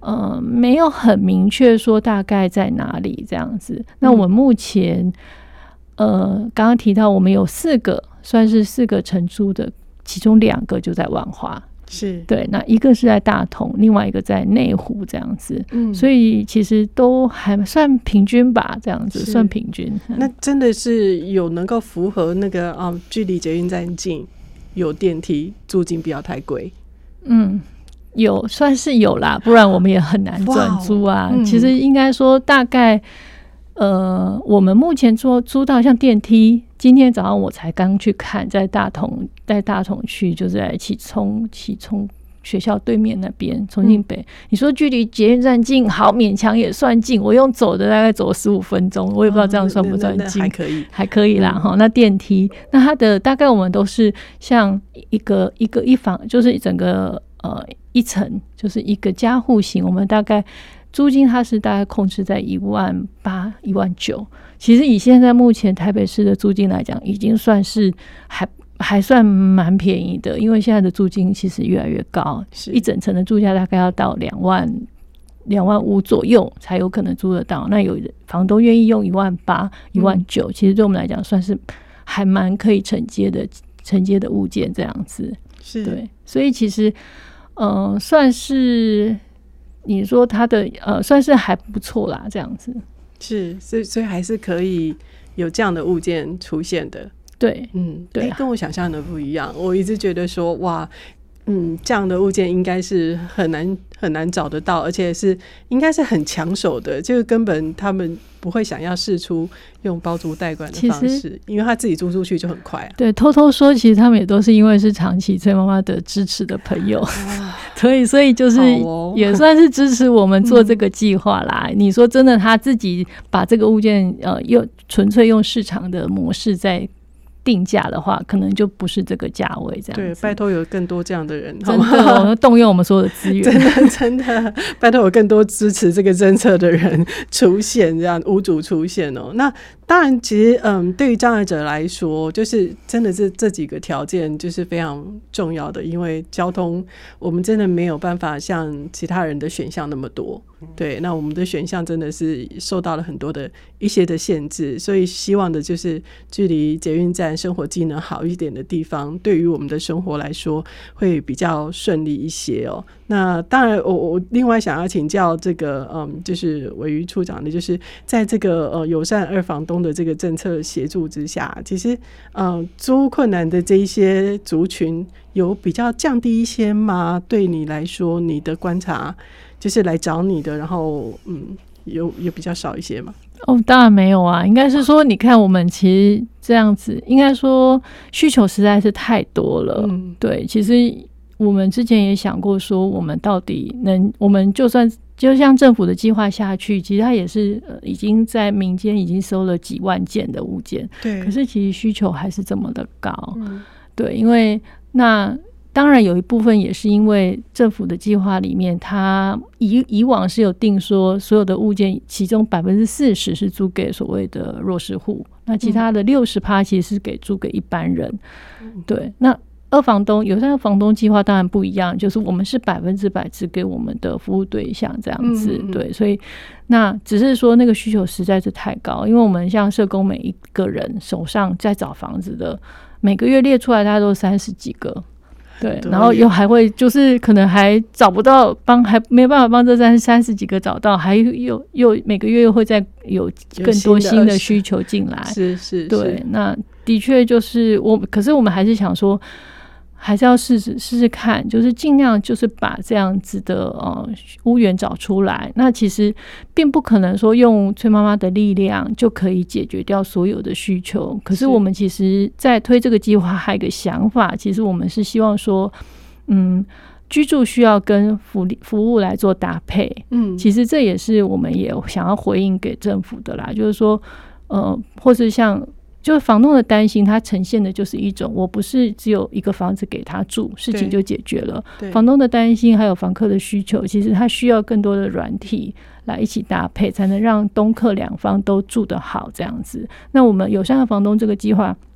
呃没有很明确说大概在哪里这样子。那我们目前、嗯、呃刚刚提到我们有四个算是四个承租的，其中两个就在万华， 是对，那一个是在大同，另外一个在内湖这样子、嗯、所以其实都还算平均吧，这样子算平均。 那真的是有能够符合那个、嗯、距离捷运站近，有电梯，租金不要太贵。 嗯，有算是有啦，不然我们也很难转租啊、嗯、其实应该说大概呃，我们目前租租到像电梯，今天早上我才刚去看，在大同在大同区，就是在启聪启聪学校对面那边，重庆北、嗯、你说距离捷运站近，好，勉强也算近，我用走的大概走十五分钟，我也不知道这样算不算近、 哦、还可以还可以啦、嗯、那电梯，那它的大概我们都是像一个一个一房，就是整个呃一层，就是一个家户型，我们大概租金它是大概控制在一万八、一万九。其实以现在目前台北市的租金来讲，已经算是还还算蛮便宜的，因为现在的租金其实越来越高，一整层的住家大概要到两万、两万五左右才有可能租得到。那有房东愿意用一万八、一万九、嗯，其实对我们来讲算是还蛮可以承接的、承接的物件这样子。 是， 对，所以其实嗯、呃，算是。你说它的呃算是还不错啦，这样子是，所以所以还是可以有这样的物件出现的。 对， 嗯， 对、啊欸， 跟我想象的不一样。我一直觉得说，哇，嗯，这样的物件应该是很难很难找得到，而且是应该是很抢手的，就是根本他们不会想要释出用包租代管的方式，因为他自己租出去就很快啊。 对，偷偷说，其实他们也都是因为是长期崔妈妈的支持的朋友，所以所以就是也算是支持我们做这个计划啦、嗯。你说真的，他自己把这个物件呃，用纯粹用市场的模式在定价的话，可能就不是这个价位这样子。 对，拜托有更多这样的人， 真的，我们动用我们所有的资源， 真的真的，拜托有更多支持这个政策的人出现，这样屋主出现哦。那当然，其实嗯，对于障碍者来说，就是真的是这几个条件就是非常重要的，因为交通我们真的没有办法像其他人的选项那么多。对，那我们的选项真的是受到了很多的一些的限制，所以希望的就是距离捷运站生活机能好一点的地方，对于我们的生活来说会比较顺利一些哦。那当然我我另外想要请教这个嗯，就是委于处长的，就是在这个呃友善二房东的这个政策协助之下，其实嗯租屋困难的这一些族群有比较降低一些吗？对你来说，你的观察就是来找你的，然后嗯，有有比较少一些吗？ 哦，当然没有啊，应该是说，你看我们其实这样子，应该说需求实在是太多了。嗯，对，其实我们之前也想过说，我们到底能，我们就算就像政府的计划下去，其实它也是、呃、已经在民间已经收了几万件的物件， 对， 可是其实需求还是这么的高。嗯，对，因为那。当然有一部分也是因为政府的计划里面，它以以往是有定说所有的物件其中百分之四十是租给所谓的弱势户，那其他的六十趴其实是给租给一般人。嗯、对，那二房东友善二房东计划当然不一样，就是我们是百分之百只给我们的服务对象这样子。嗯嗯对，所以那只是说那个需求实在是太高，因为我们像社工每一个人手上在找房子的，每个月列出来大概都三十几个。对，然后又还会就是可能还找不到帮，还没有办法帮这三三十几个找到，还又又每个月又会再有更多新的需求进来， 是是， 对，那的确就是我，可是我们还是想说，还是要试试试试看，就是尽量就是把这样子的呃屋源找出来。那其实并不可能说用崔妈妈的力量就可以解决掉所有的需求。可是我们其实在推这个计划还有一个想法，其实我们是希望说，嗯，居住需要跟福利服务来做搭配。嗯，其实这也是我们也想要回应给政府的啦，就是说，呃，或是像。就是房东的担心，它呈现的就是一种，我不是只有一个房子给他住，事情就解决了。房东的担心还有房客的需求，其实他需要更多的软体来一起搭配，才能让东客两方都住得好这样子。那我们友善的房东这个计划，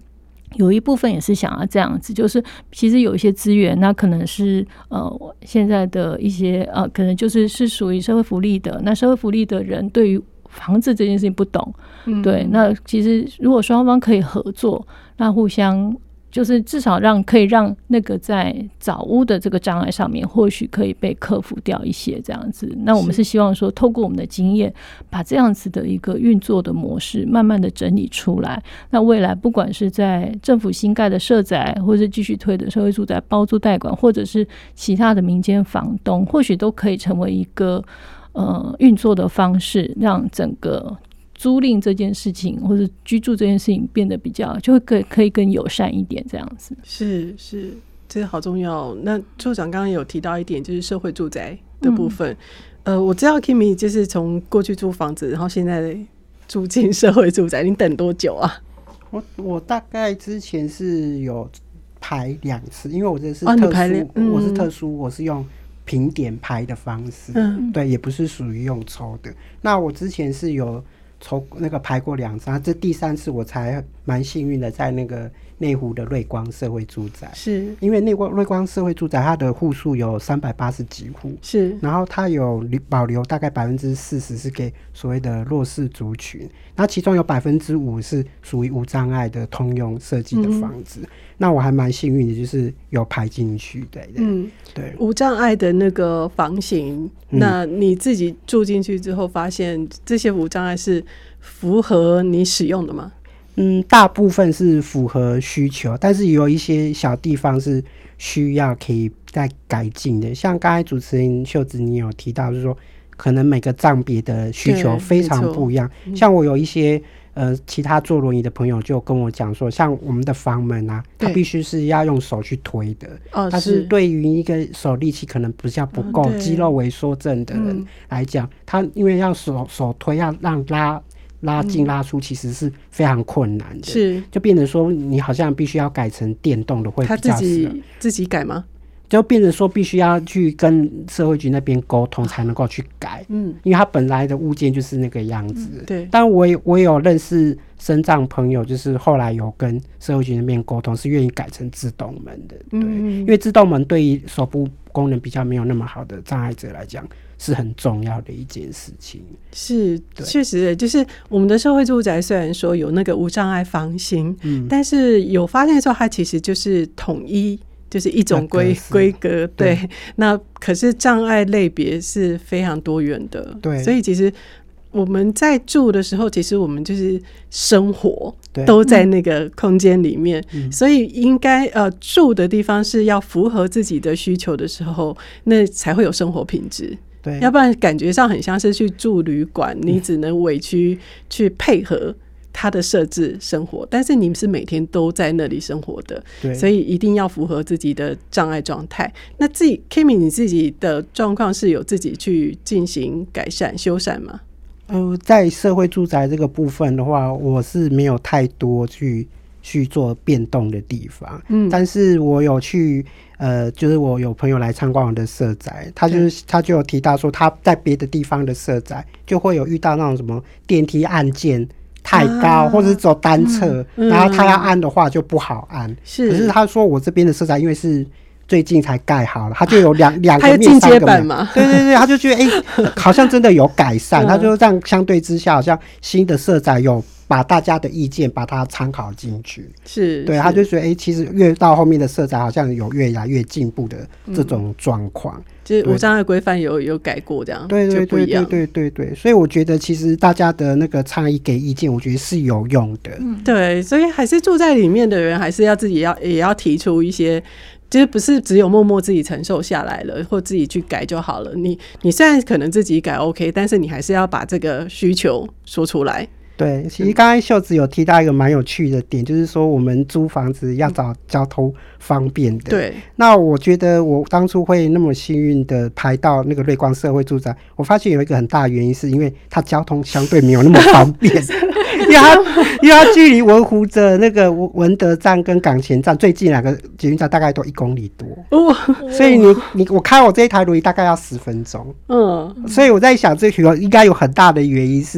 有一部分也是想要这样子，就是其实有一些资源，那可能是呃现在的一些呃，可能就是是属于社会福利的，那社会福利的人对于房子这件事情不懂，嗯、对，那其实如果双方可以合作，那互相就是至少让可以让那个在找屋的这个障碍上面，或许可以被克服掉一些这样子。那我们是希望说，透过我们的经验，把这样子的一个运作的模式，慢慢的整理出来。那未来不管是在政府新盖的社宅，或是继续推的社会住宅包租代管，或者是其他的民间房东，或许都可以成为一个呃运作的方式，让整个租赁这件事情或者居住这件事情变得比较就会更可以更友善一点这样子。 是是，这个好重要。那处长刚刚有提到一点，就是社会住宅的部分。嗯、呃，我知道 Kimi 就是从过去租房子，然后现在住进社会住宅，你等多久啊？ 我我大概之前是有排两次，因为我这是特殊，哦嗯、我是特殊，我是用评点排的方式，嗯，对，也不是属于用抽的。那我之前是有抽那个排过两次，这第三次我才蛮幸运的，在那个内湖的瑞光社会住宅，是因为内光瑞光社会住宅它的户数有三百八十几户，是，然后它有保留大概百分之四十是给所谓的弱势族群，那其中有百分之五是属于无障碍的通用设计的房子。嗯，那我还蛮幸运的，就是有排进去，对对，嗯，对， 无障碍的那个房型，嗯，那你自己住进去之后，发现这些无障碍是符合你使用的吗？ 嗯，大部分是符合需求，但是有一些小地方是需要可以再改进的。像刚才主持人秀子你有提到，就是说可能每个障别的需求非常不一样。像我有一些呃其他坐轮椅的朋友就跟我讲说，像我们的房门啊，它必须是要用手去推的，哦，但是对于一个手力气可能比较不够，哦，肌肉萎缩症的人来讲，他，嗯，因为要手手推，要让拉。拉进拉出其实是非常困难的，是，就变成说你好像必须要改成电动的会比较适合。他自己自己改吗？ 就变成说必须要去跟社会局那边沟通才能够去改，嗯，因为他本来的物件就是那个样子，嗯，对。但我也我也有认识身障朋友，就是后来有跟社会局那边沟通，是愿意改成自动门的，对，嗯，因为自动门对于手部功能比较没有那么好的障碍者来讲，是很重要的一件事情。 是，确实，就是我们的社会住宅虽然说有那个无障碍房型，嗯，但是有发现说它其实就是统一。就是一种规规格，对。那可是障碍类别是非常多元的，对。所以其实我们在住的时候，其实我们就是生活都在那个空间里面，嗯，所以应该呃住的地方是要符合自己的需求的时候，那才会有生活品质。对，要不然感觉上很像是去住旅馆，你只能委屈去配合它的设置生活，但是你们是每天都在那里生活的，所以一定要符合自己的障碍状态。那自己 Kimi 你自己的状况是有自己去进行改善修缮吗？ 呃，在社会住宅这个部分的话，我是没有太多去去做变动的地方，嗯，但是我有去呃，就是我有朋友来参观我的社宅，他就是他就有提到说他在别的地方的社宅就会有遇到那种什么电梯按键太高，啊，或者是走单侧，嗯，然后他要按的话就不好按。是，可是他说我这边的社宅因为是最近才盖好了，他就有两两个面进阶版嘛， 对对对，他就觉得哎，欸，好像真的有改善，嗯，他就这样相对之下，好像新的社宅有把大家的意见把它参考进去，是，对，他就觉得哎，欸，其实越到后面的社宅好像有越来越进步的这种状况。嗯， 就是无障碍规范有有改过，这样对对对对对对对，所以我觉得其实大家的那个倡议给意见，我觉得是有用的。 嗯，对，所以还是住在里面的人，还是要自己要也要提出一些，就是不是只有默默自己承受下来了，或自己去改就好了。你你虽然可能自己改 OK， 但是你还是要把这个需求说出来。 对，其实刚才秀子有提到一个蛮有趣的点，就是说我们租房子要找交通方便的。对，那我觉得我当初会那么幸运的排到那个瑞光社会住宅，我发现有一个很大的原因是因为它交通相对没有那么方便，因为它因为它距离文湖的那个文德站跟港前站最近两个捷运站大概都一公里多，哦，所以你你我开我这一台轮椅大概要十分钟，嗯，所以我在想这个应该有很大的原因是。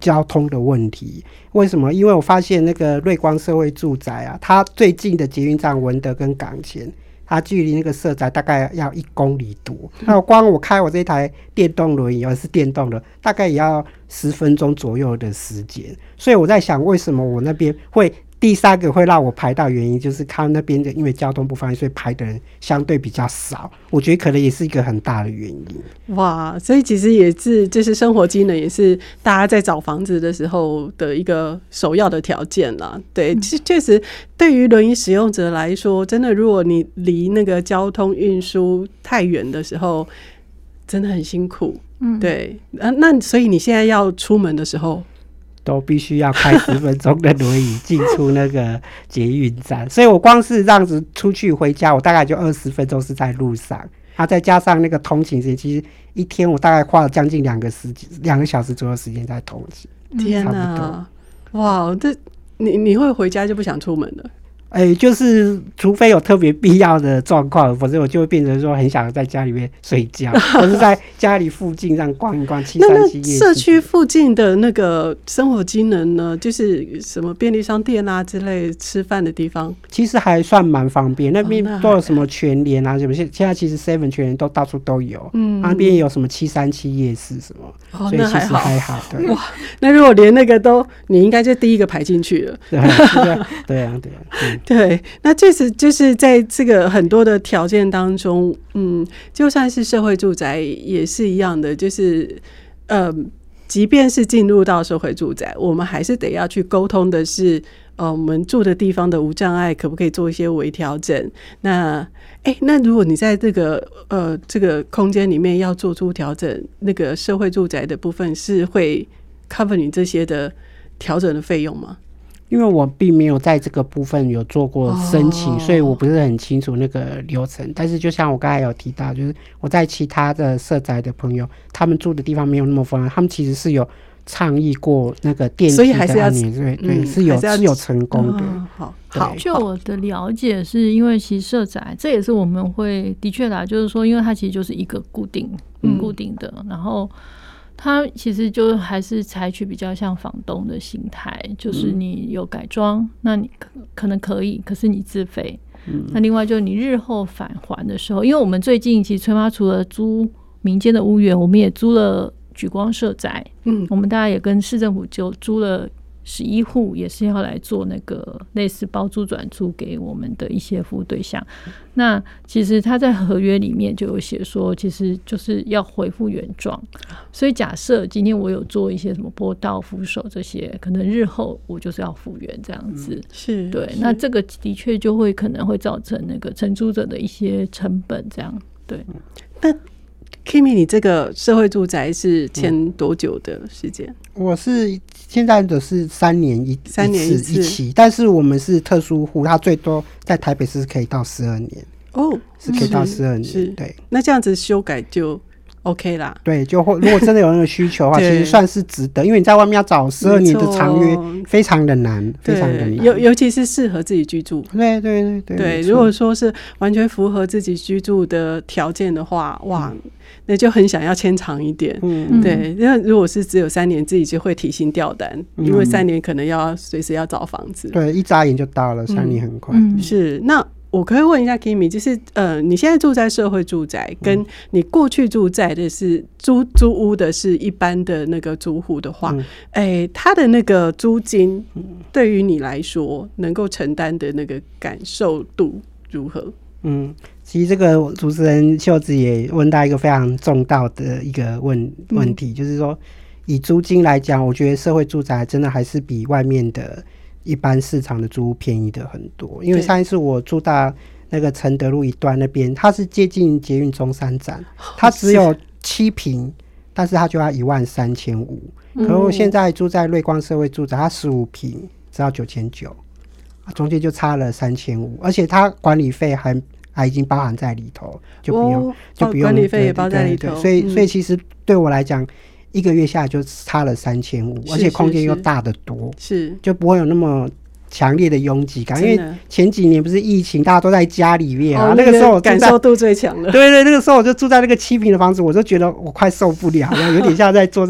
交通的问题。为什么？因为我发现那个瑞光社会住宅啊，它最近的捷运站文德跟港前，它距离那个社宅大概要一公里多。那我光我开我这台电动轮椅，而是电动的，大概也要十分钟左右的时间。所以我在想，为什么我那边会第三个会让我排到原因，就是他那边的因为交通不方便，所以排的人相对比较少。我觉得可能也是一个很大的原因。 哇，所以其实也是，就是生活机能也是大家在找房子的时候的一个首要的条件啦。对，其实确实对于轮椅使用者来说，真的如果你离那个交通运输太远的时候，真的很辛苦。嗯，对，啊，那所以你现在要出门的时候， 都必须要开十分钟的轮椅进出那个捷运站，所以我光是这样子出去回家，我大概就二十分钟是在路上，啊，再加上那个通勤时间，其实一天我大概花了将近两个时两个小时左右时间在通勤。 天哪，哇，这你你会回家就不想出门了？ 哎、欸，就是除非有特别必要的状况，否则我就会变成说很想在家里面睡觉，或是在家里附近让逛一逛七三七夜市。 社区附近的那个生活机能呢，就是什么便利商店啊之类吃饭的地方， 其实还算蛮方便。那边都有什么全联啊，什么现在其实 seven 全联都到处都有。嗯，那边有什么七三七夜市什么，哦、所以其实还好。对， 哇，那如果连那个都，你应该就第一个排进去了。 对啊，对啊，对啊。嗯对，那确实就是在这个很多的条件当中，嗯，就算是社会住宅也是一样的，就是呃，即便是进入到社会住宅，我们还是得要去沟通的是，呃，我们住的地方的无障碍可不可以做一些微调整？那，哎，那如果你在这个呃这个空间里面要做出调整，那个社会住宅的部分是会 cover 你这些的调整的费用吗？ 因为我并没有在这个部分有做过申请，哦、所以我不是很清楚那个流程。但是就像我刚才有提到，就是我在其他的社宅的朋友，他们住的地方没有那么方便，他们其实是有倡议过那个电梯的安检，对对，是有是有成功的。 嗯、好， 好，就我的了解是因为其实社宅这也是我们会的确啦，就是说，因为它其实就是一个固定、嗯、固定的，然后。它其实就还是采取比较像房东的心态，就是你有改装，嗯、那你可能可以，可是你自费。嗯、那另外就是你日后返还的时候，因为我们最近其实崔妈除了租民间的屋源，我们也租了莒光社宅，嗯，我们大家也跟市政府就租了十一户，也是要来做那个类似包租转租给我们的一些服务对象。那其实他在合约里面就有写说，其实就是要恢复原状。所以假设今天我有做一些什么坡道、扶手这些，可能日后我就是要复原这样子。嗯、 是， 对。那这个的确就会可能会造成那个承租者的一些成本，这样对。 那 Kimi， 你这个社会住宅是签多久的时间？ 嗯、我是现在的是三年一三年一次一期，但是我们是特殊户，它最多在台北市可以到十二年哦， 是可以到十二年。 是， 对。 那这样子修改就 OK 啦。 对，就如果真的有那个需求的话，其实算是值得，因为你在外面要找十二年的长约，非常的难，非常的难。 尤尤其是适合自己居住。 对对对对。 对，如果说是完全符合自己居住的条件的话，哇。嗯，那就很想要签长一点。嗯，对，因为如果是只有三年，自己就会提心吊胆，嗯、因为三年可能要随时要找房子。 对，一眨眼就到了，三年很快。 嗯、是，那我可以问一下 Kimi， 就是呃，你现在住在社会住宅，跟你过去住在的是租租屋的是一般的那个租户的话，哎、嗯欸，他的那个租金对于你来说能够承担的那个感受度如何？ 嗯，其实这个主持人秀子也问到一个非常重大的一个问问题，嗯、就是说以租金来讲，我觉得社会住宅真的还是比外面的一般市场的租屋便宜的很多。因为上一次我住到那个承德路一段那边，它是接近捷运中山站，它只有七坪，但是它就要一万三千五。可是我现在住在瑞光社会住宅，它十五坪只要九千九，中间就差了三千五，而且它管理费还还已经包含在里头，就不用、哦、就不用管理费也包在里头。 所以、嗯、所以其实对我来讲，一个月下来就差了三千五，而且空间又大得多， 是就不会有那么强烈的拥挤感。因为前几年不是疫情，大家都在家里面啊，哦、那个时候我感受度最强了。 对对，那个时候我就住在那个七坪的房子，我就觉得我快受不了了，有点像在坐在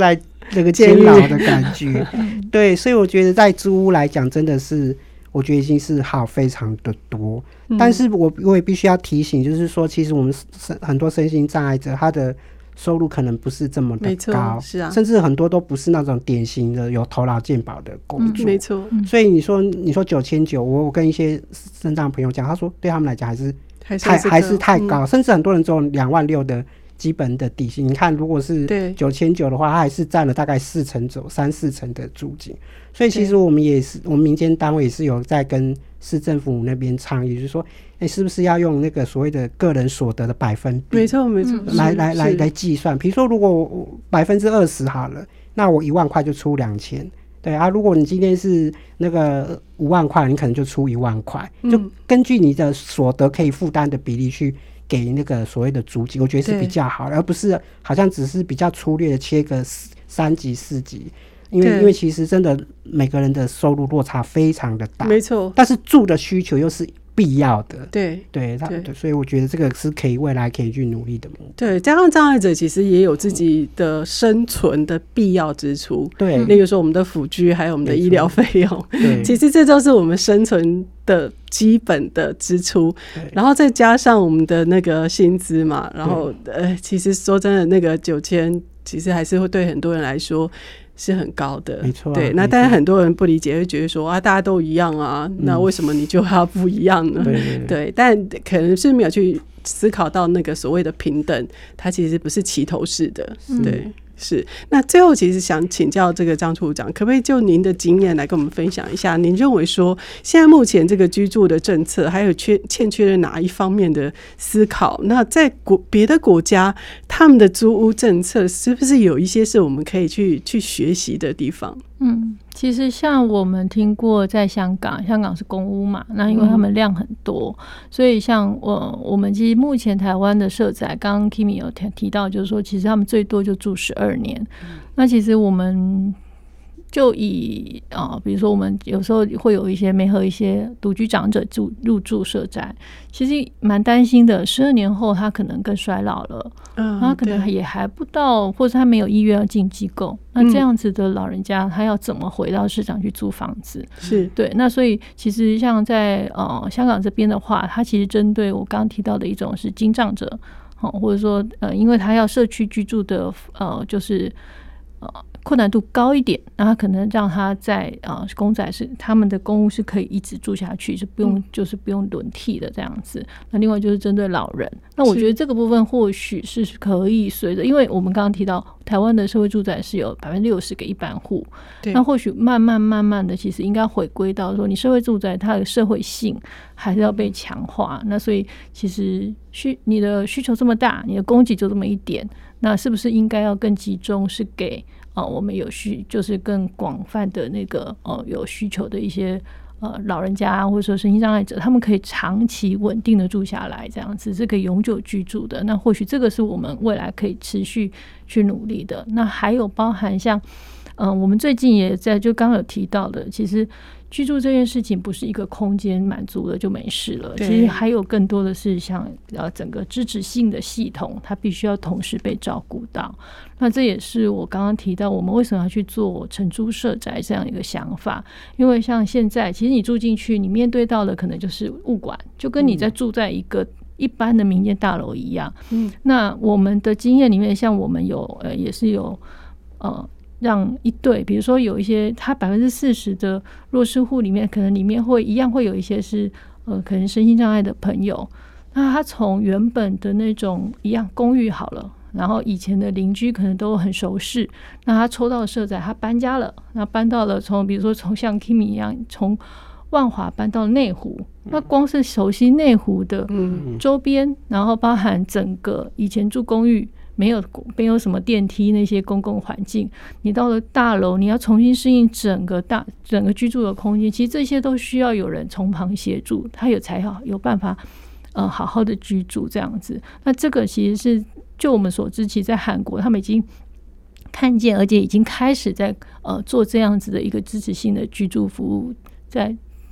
那个监牢的感觉。对，所以我觉得在租屋来讲，真的是我觉得已经是好非常的多。嗯、但是我我也必须要提醒，就是说，其实我们很多身心障碍者，他的收入可能不是这么的高， 是啊， 甚至很多都不是那种典型的有头劳健保的工作， 嗯、没错。 所以你说你说九千九，我我跟一些身障朋友讲，他说对他们来讲还是太还是太高，嗯、甚至很多人只有两万六的基本的底薪。你看，如果是九千九的话，他还是占了大概四成左右，三四成的租金。所以其实我们也是，我们民间单位也是有在跟市政府那边倡议，就是说，哎、欸，是不是要用那个所谓的个人所得的百分比？ 没错，没错， 来来来来计算。比如说，如果百分之二十好了，那我一万块就出两千。对啊，如果你今天是那个五万块，你可能就出一万块，就根据你的所得可以负担的比例去给那个所谓的租金，我觉得是比较好的，而不是好像只是比较粗略的切个三级四级。因为因为其实真的每个人的收入落差非常的大， 没错， 但是住的需求又是必要的， 对对对，所以我觉得这个是可以未来可以去努力的目标。 对，加上障碍者其实也有自己的生存的必要支出， 对， 例如说我们的辅具，还有我们的医疗费用， 对， 其实这都是我们生存的基本的支出，然后再加上我们的那个薪资嘛，然后呃，其实说真的，那个九千其实还是会对很多人来说是很高的， 没错、啊。 对，那当然很多人不理解，会觉得说啊，大家都一样啊，嗯、那为什么你就要不一样呢？ 对, 对, 对, 对，但可能是没有去思考到那个所谓的平等，它其实不是齐头式的，对。是，那最后其实想请教这个张处长，可不可以就您的经验来跟我们分享一下？您认为说现在目前这个居住的政策还有缺欠缺了哪一方面的思考？那在国别的国家，他们的租屋政策是不是有一些是我们可以去去学习的地方？ 嗯，其实像我们听过，在香港，香港是公屋嘛，那因为他们量很多，嗯、所以像我我们其实目前台湾的社宅，刚刚 Kimi 有提到，就是说其实他们最多就住十二年，嗯、那其实我们就以啊、呃，比如说我们有时候会有一些没和一些独居长者住入住社宅，其实蛮担心的，十二年后他可能更衰老了，嗯，他可能也还不到，或者他没有意愿要进机构，那这样子的老人家他要怎么回到市场去租房子？ 是对，那所以其实像在呃香港这边的话，他其实针对我刚刚提到的一种是精障者，哦，或者说呃，因为他要社区居住的呃，就是呃。困难度高一点，那他可能让他在呃公宅是他们的公屋是可以一直住下去，是不用、嗯、就是不用轮替的这样子。那另外就是针对老人，那我觉得这个部分或许是可以随着，因为我们刚刚提到台湾的社会住宅是有百分之六十给一般户，那或许慢慢慢慢的，其实应该回归到说，你社会住宅它的社会性还是要被强化。那所以其实需你的需求这么大，你的供给就这么一点，那是不是应该要更集中是给？呃，我们有需就是更广泛的那个呃有需求的一些呃老人家或者说身心障碍者，他们可以长期稳定的住下来，这样子是可以永久居住的。那或许这个是我们未来可以持续去努力的。那还有包含像嗯、呃，我们最近也在就刚刚有提到的，其实居住这件事情不是一个空间满足了就没事了，其实还有更多的是像呃整个支持性的系统，它必须要同时被照顾到。那这也是我刚刚提到我们为什么要去做承租社宅这样一个想法，因为像现在其实你住进去，你面对到的可能就是物管，就跟你在住在一个一般的民间大楼一样。嗯，那我们的经验里面，像我们有呃也是有呃。让一对，比如说有一些他百分之四十的弱势户里面，可能里面会一样会有一些是呃可能身心障碍的朋友，那他从原本的那种一样公寓好了，然后以前的邻居可能都很熟识，那他抽到社宅，他搬家了，那搬到了从比如说从像 Kimi 一样从万华搬到内湖，那光是熟悉内湖的周边，然后包含整个以前住公寓。没有没有什么电梯那些公共环境，你到了大楼，你要重新适应整个大整个居住的空间，其实这些都需要有人从旁协助，他有才好有办法呃好好的居住这样子。那这个其实是就我们所知，其实在韩国他们已经看见，而且已经开始在呃做这样子的一个支持性的居住服务，在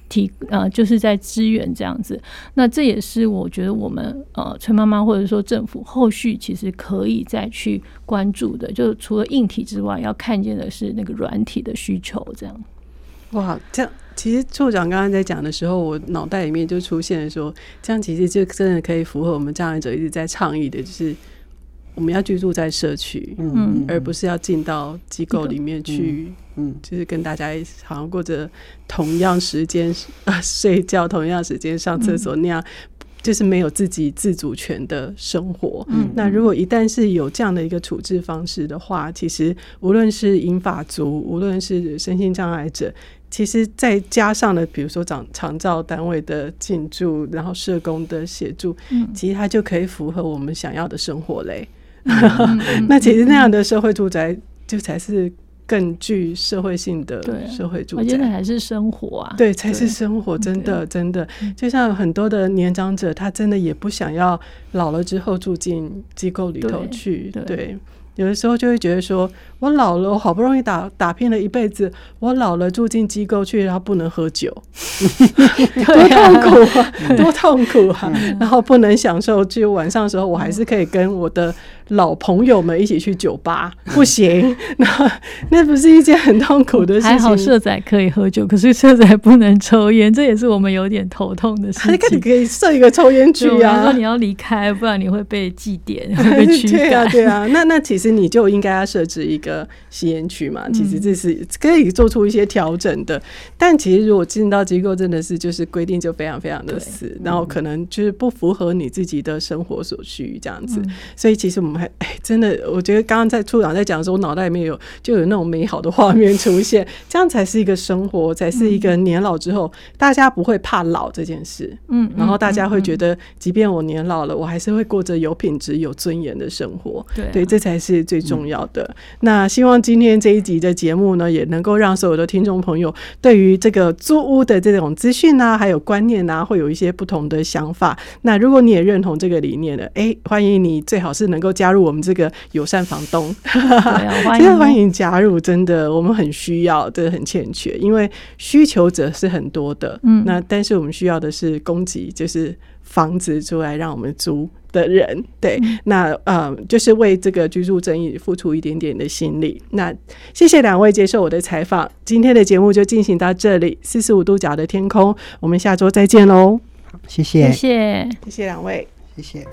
提呃，就是在支援这样子。那这也是我觉得我们呃崔妈妈或者说政府后续其实可以再去关注的，就除了硬体之外，要看见的是那个软体的需求。这样， 哇，这样其实处长刚刚在讲的时候，我脑袋里面就出现了说，这样其实就真的可以符合我们障碍者一直在倡议的，就是我们要居住在社区，嗯，而不是要进到机构里面去，嗯，就是跟大家好像过着同样时间、呃、睡觉、同样时间上厕所那样，就是没有自己自主权的生活。嗯，那如果一旦是有这样的一个处置方式的话，其实无论是银发族，无论是身心障碍者，其实再加上了比如说长长照单位的进驻，然后社工的协助，嗯，其实它就可以符合我们想要的生活嘞。那其实那样的社会住宅就才是更具社会性的社会住宅， 而且那还是生活啊， 对，才是生活，真的真的。就像很多的年长者，他真的也不想要老了之后住进机构里头去， 对, 对，有的时候就会觉得说，我老了，我好不容易打打拼了一辈子，我老了住进机构去，然后不能喝酒，多痛苦啊，多痛苦啊！然后不能享受，就晚上的时候，我还是可以跟我的老朋友们一起去酒吧，不行，那那不是一件很痛苦的事情。 还好社宅可以喝酒，可是社宅不能抽烟，这也是我们有点头痛的事情。 你可以设一个抽烟区啊， 说你要离开，不然你会被祭奠，会被驱赶。 对啊，对啊，那那其实你就应该要设置一个吸烟区嘛，其实这是可以做出一些调整的。但其实如果进到机构，真的是就是规定就非常非常的死，然后可能就是不符合你自己的生活所需这样子。嗯、所以其实我们还哎，真的，我觉得刚刚在处长在讲的时候，我脑袋里面有就有那种美好的画面出现，这样才是一个生活，才是一个年老之后、嗯、大家不会怕老这件事。嗯，然后大家会觉得，即便我年老了，我还是会过着有品质、有尊严的生活。对、啊，对，这才是最重要的。嗯、那希望今天这一集的节目呢，也能够让所有的听众朋友对于这个租屋的这种资讯啊，还有观念啊，会有一些不同的想法。那如果你也认同这个理念的，哎，欢迎你最好是能够加入我们这个友善房东。对啊，欢迎欢迎加入，真的我们很需要，这很欠缺，因为需求者是很多的，嗯，那但是我们需要的是供给，就是房子出来让我们租的人，对，嗯、那呃，就是为这个居住正义付出一点点的心力。那谢谢两位接受我的采访，今天的节目就进行到这里。四十五度角的天空，我们下周再见喽！ 谢谢， 谢谢， 谢谢两位， 谢谢。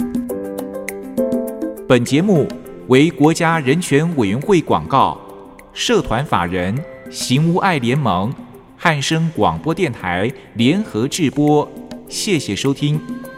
本节目为国家人权委员会广告，社团法人行无碍联盟、汉声广播电台联合制播，谢谢收听。